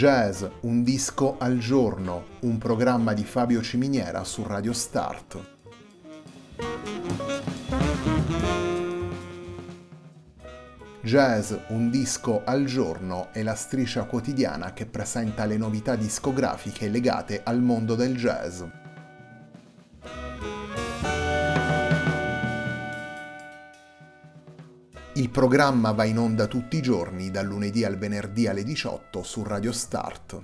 Jazz, un disco al giorno, un programma di Fabio Ciminiera su Radio Start. Jazz, un disco al giorno è la striscia quotidiana che presenta le novità discografiche legate al mondo del jazz. Il programma va in onda tutti i giorni, dal lunedì al venerdì alle 18 su Radio Start.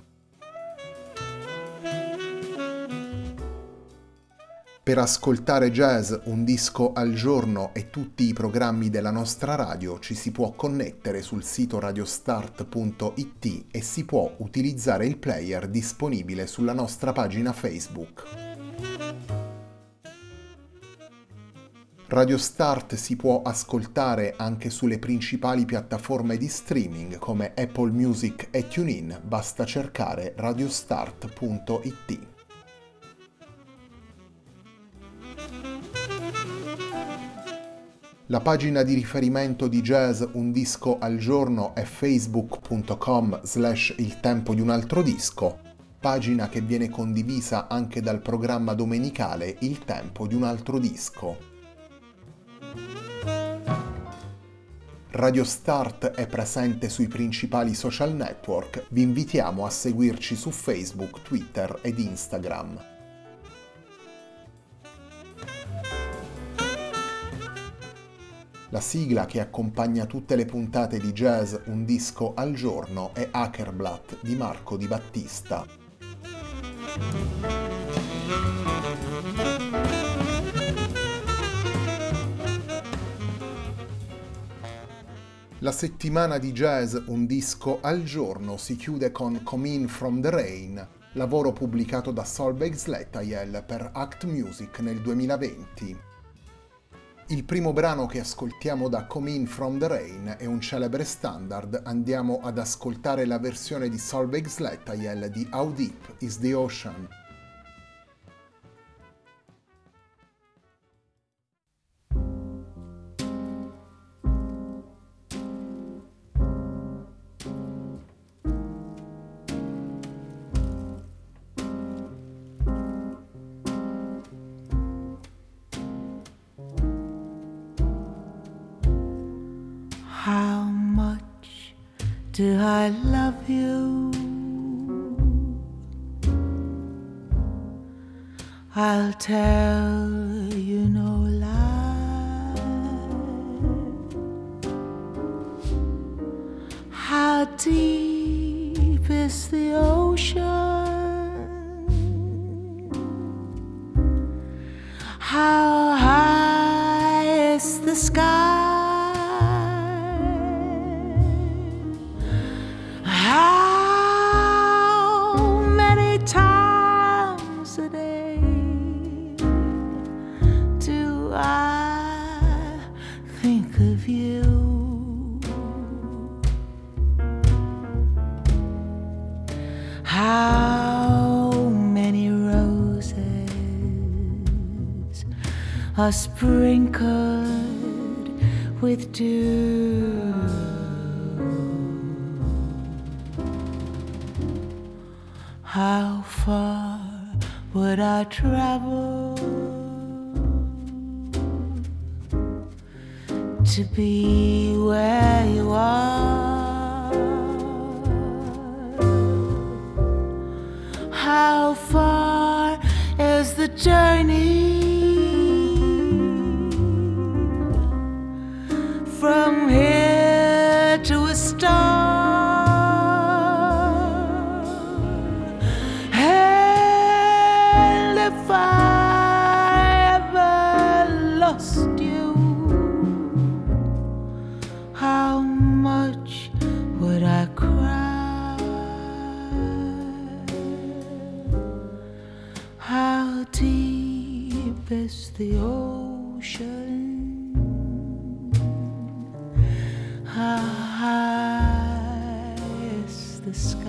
Per ascoltare Jazz, un disco al giorno e tutti i programmi della nostra radio ci si può connettere sul sito radiostart.it e si può utilizzare il player disponibile sulla nostra pagina Facebook. Radio Start si può ascoltare anche sulle principali piattaforme di streaming come Apple Music e TuneIn, basta cercare radiostart.it. La pagina di riferimento di Jazz Un Disco al Giorno è facebook.com/il tempo di un altro disco, pagina che viene condivisa anche dal programma domenicale Il tempo di un altro disco. Radio Start è presente sui principali social network, vi invitiamo a seguirci su Facebook, Twitter ed Instagram. La sigla che accompagna tutte le puntate di Jazz Un Disco al Giorno è Hackerblatt di Marco Di Battista. La settimana di Jazz Un Disco al Giorno si chiude con Come In From The Rain, lavoro pubblicato da Solveig Sletayel per Act Music nel 2020. Il primo brano che ascoltiamo da Come In From The Rain è un celebre standard, andiamo ad ascoltare la versione di Solveig Sletayel di How Deep Is The Ocean. How much do I love you? I'll tell you no lie. How deep is the ocean? How high is the sky? How many times a day do I think of you? How many roses are sprinkled with dew? How far would I travel to be where you are? How far is the journey from here to a star? Is the ocean? How high is the sky?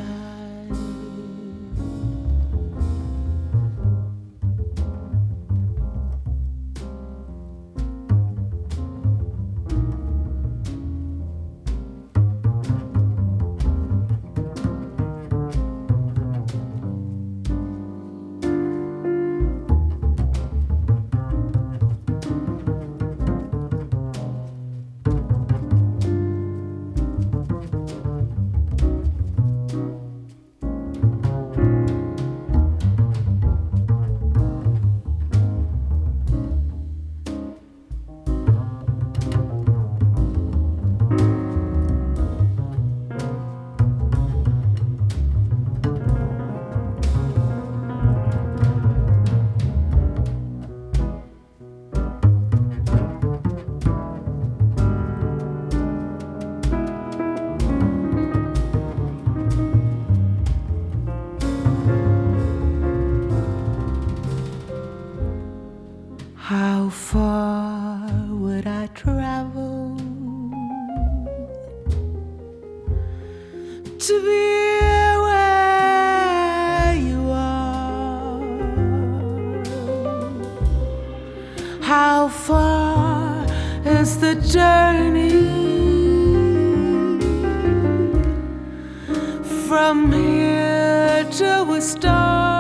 to be where you are. How far is the journey from here to a star?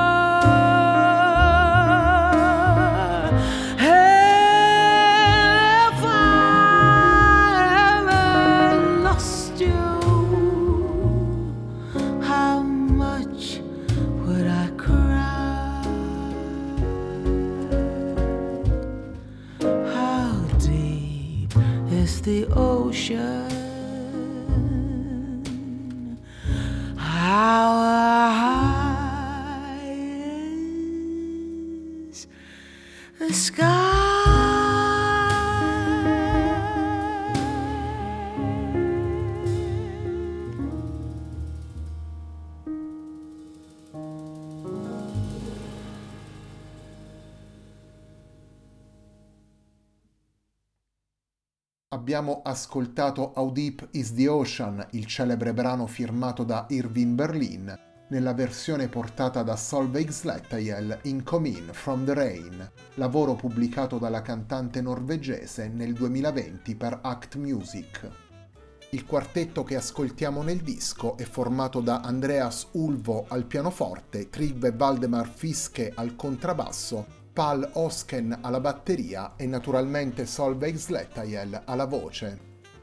The ocean, how high is the sky? Abbiamo ascoltato How Deep is the Ocean, il celebre brano firmato da Irving Berlin, nella versione portata da Solveig Sletayel in Come In From the Rain, lavoro pubblicato dalla cantante norvegese nel 2020 per Act Music. Il quartetto che ascoltiamo nel disco è formato da Andreas Ulvo al pianoforte, Trygve Valdemar Fiske al contrabbasso, Pal Osken alla batteria e naturalmente Solveig Sletayel alla voce.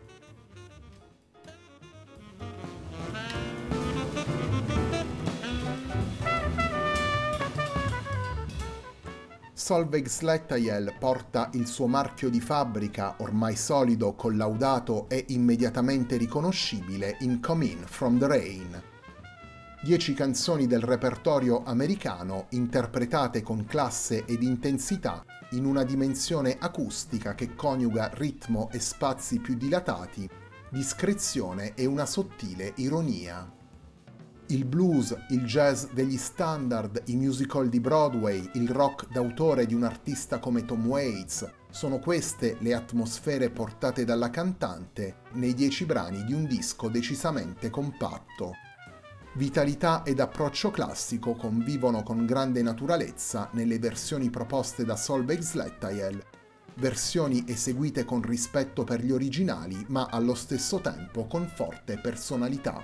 Solveig Sletayel porta il suo marchio di fabbrica, ormai solido, collaudato e immediatamente riconoscibile, in Come In From the Rain. 10 canzoni del repertorio americano interpretate con classe ed intensità in una dimensione acustica che coniuga ritmo e spazi più dilatati, discrezione e una sottile ironia. Il blues, il jazz degli standard, i musical di Broadway, il rock d'autore di un artista come Tom Waits, sono queste le atmosfere portate dalla cantante nei 10 brani di un disco decisamente compatto. Vitalità ed approccio classico convivono con grande naturalezza nelle versioni proposte da Solveig Sletayel, versioni eseguite con rispetto per gli originali ma allo stesso tempo con forte personalità.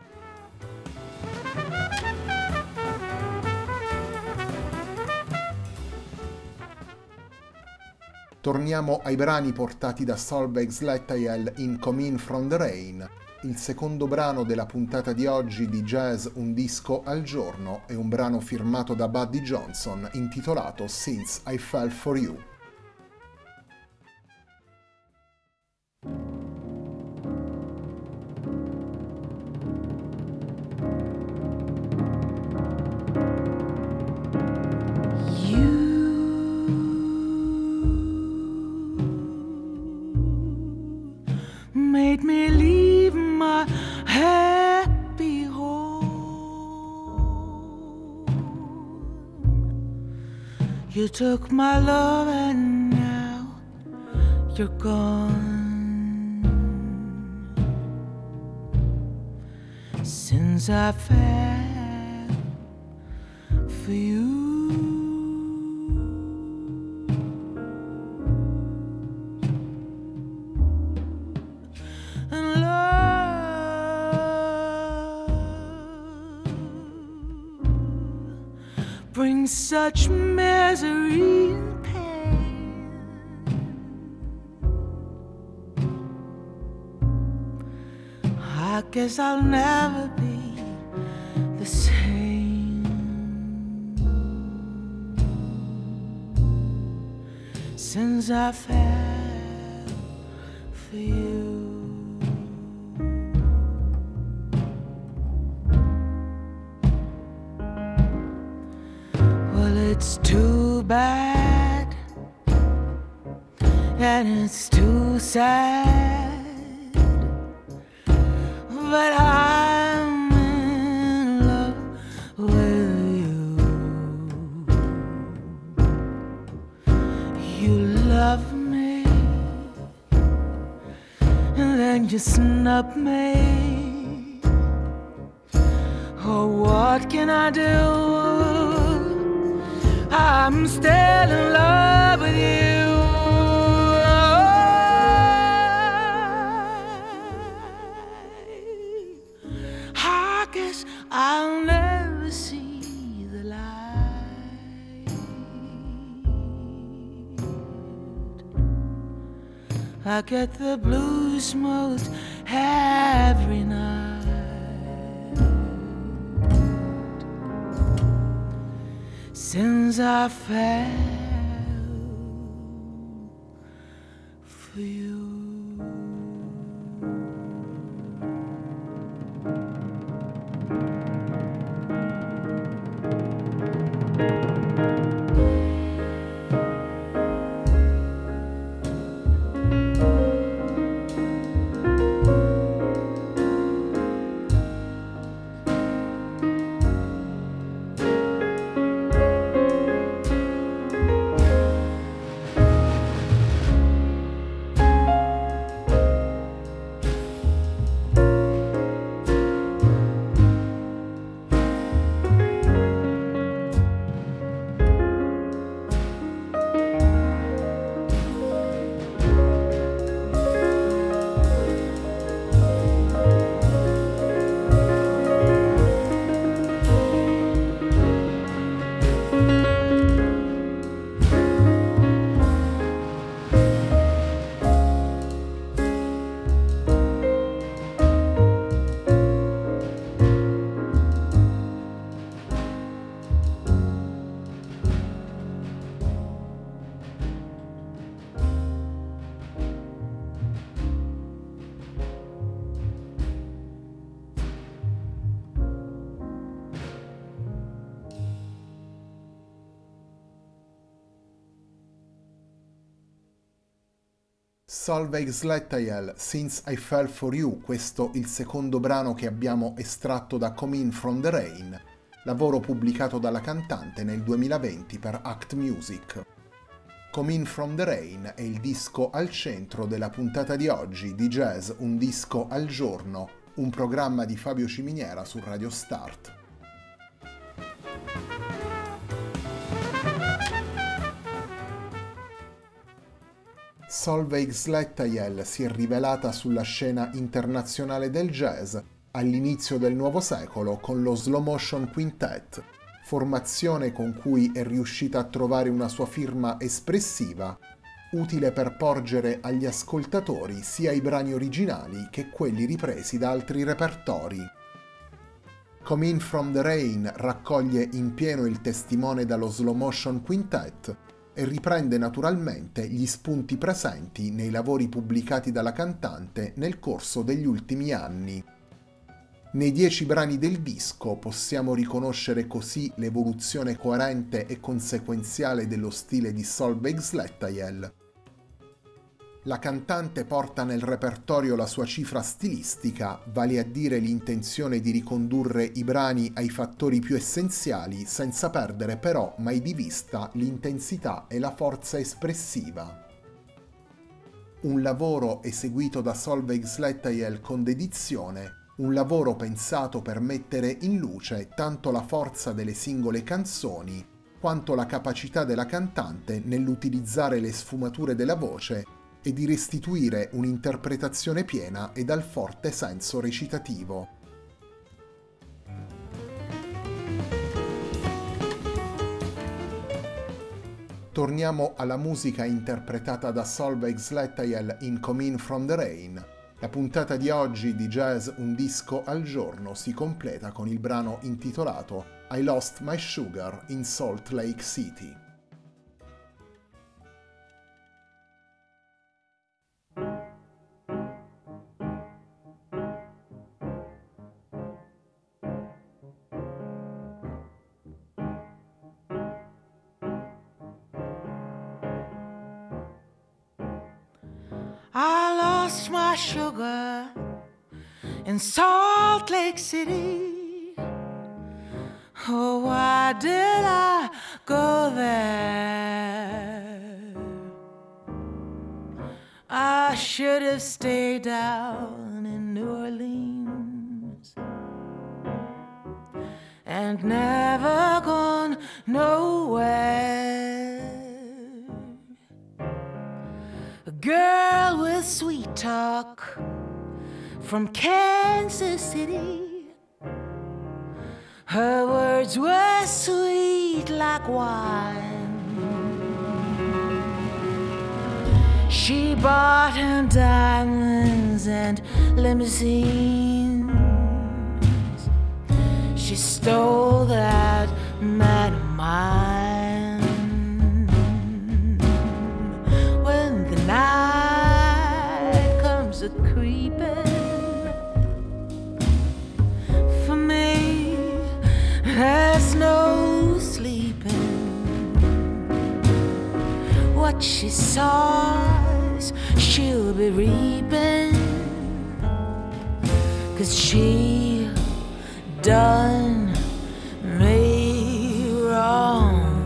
Torniamo ai brani portati da Solveig Sletayel in Come In From the Rain. Il secondo brano della puntata di oggi di Jazz Un Disco al Giorno è un brano firmato da Buddy Johnson intitolato Since I Fell For You. Made me leave my happy home. You took my love and now you're gone. Since I fell for you, brings such misery and pain. I guess I'll never be the same. Since I fell for you. It's too bad and it's too sad, but I'm in love with you. You love me and then you snub me. Oh, what can I do? I'm still in love with you. I guess I'll never see the light. I get the blues most every night since I fell for you. Solveig Slatael, Since I Fell For You, questo il secondo brano che abbiamo estratto da Come In From The Rain, lavoro pubblicato dalla cantante nel 2020 per Act Music. Come In From The Rain è il disco al centro della puntata di oggi di Jazz Un Disco al Giorno, un programma di Fabio Ciminiera su Radio Start. Solveig Slatael si è rivelata sulla scena internazionale del jazz all'inizio del nuovo secolo con lo Slow Motion Quintet, formazione con cui è riuscita a trovare una sua firma espressiva, utile per porgere agli ascoltatori sia i brani originali che quelli ripresi da altri repertori. Come In From The Rain raccoglie in pieno il testimone dallo Slow Motion Quintet e riprende naturalmente gli spunti presenti nei lavori pubblicati dalla cantante nel corso degli ultimi anni. Nei 10 brani del disco possiamo riconoscere così l'evoluzione coerente e conseguenziale dello stile di Solveig Slatael. La cantante porta nel repertorio la sua cifra stilistica, vale a dire l'intenzione di ricondurre i brani ai fattori più essenziali senza perdere però mai di vista l'intensità e la forza espressiva. Un lavoro eseguito da Solveig Slatael con dedizione, un lavoro pensato per mettere in luce tanto la forza delle singole canzoni quanto la capacità della cantante nell'utilizzare le sfumature della voce e di restituire un'interpretazione piena e dal forte senso recitativo. Torniamo alla musica interpretata da Solveig Slatael in Come In From The Rain. La puntata di oggi di Jazz Un Disco al Giorno si completa con il brano intitolato I Lost My Sugar in Salt Lake City. I lost my sugar in Salt Lake City. Oh, why did I go there? I should have stayed down in New Orleans. and never gone nowhere. A girl with sweet talk from Kansas City. Her words were sweet like wine. She bought him diamonds and limousines. She stole that man of mine. When the night comes a creeping, for me there's no sleeping. What she sows, she'll be reaping, 'cause she done me wrong.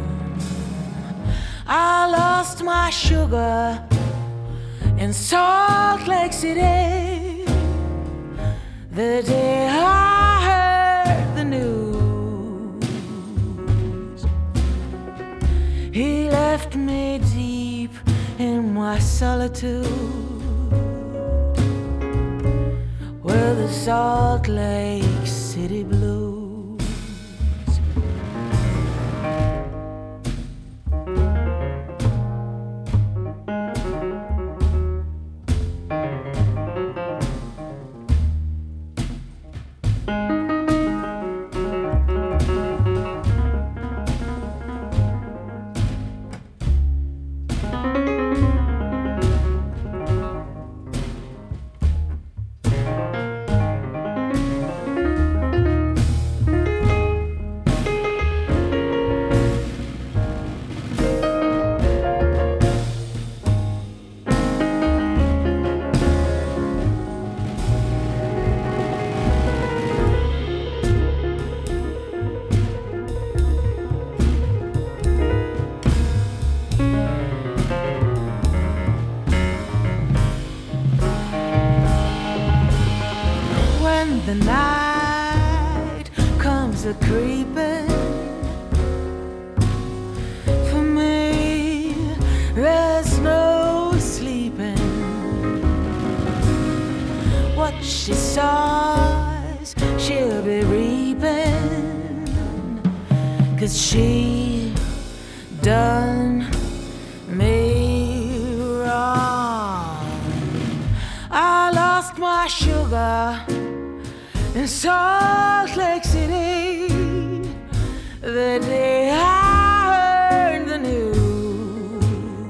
I lost my sugar in Salt Lake City the day I heard the news. He left me deep in my solitude, where the Salt Lake City blues. The night comes a creeping, for me there's no sleeping. What she sows, she'll be reaping, 'cause she done me wrong. I lost my sugar in Salt Lake City the day I heard the news.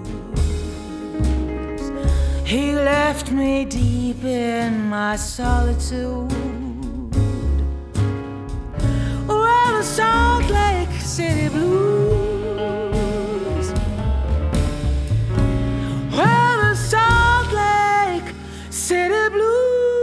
He left me deep in my solitude, well, the Salt Lake City blues. Well, the Salt Lake City blues.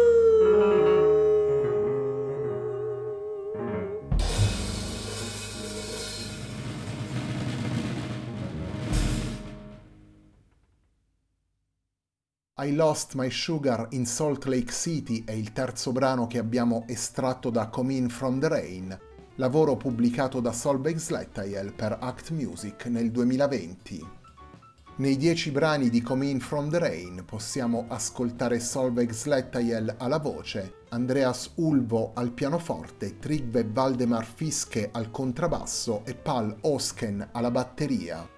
I Lost My Sugar in Salt Lake City è il terzo brano che abbiamo estratto da Come In From The Rain, lavoro pubblicato da Solveig Sletayel per Act Music nel 2020. Nei 10 brani di Come In From The Rain possiamo ascoltare Solveig Sletayel alla voce, Andreas Ulvo al pianoforte, Trygve Valdemar Fiske al contrabbasso e Pal Osken alla batteria.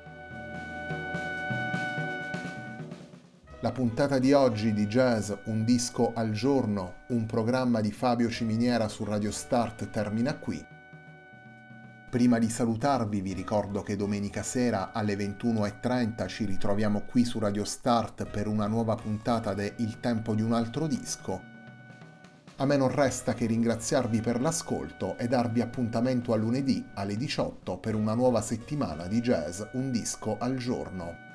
La puntata di oggi di Jazz Un disco al giorno, un programma di Fabio Ciminiera su Radio Start termina qui. Prima di salutarvi vi ricordo che domenica sera alle 21:30 ci ritroviamo qui su Radio Start per una nuova puntata de Il tempo di un altro disco. A me non resta che ringraziarvi per l'ascolto e darvi appuntamento a lunedì alle 18 per una nuova settimana di Jazz Un disco al giorno.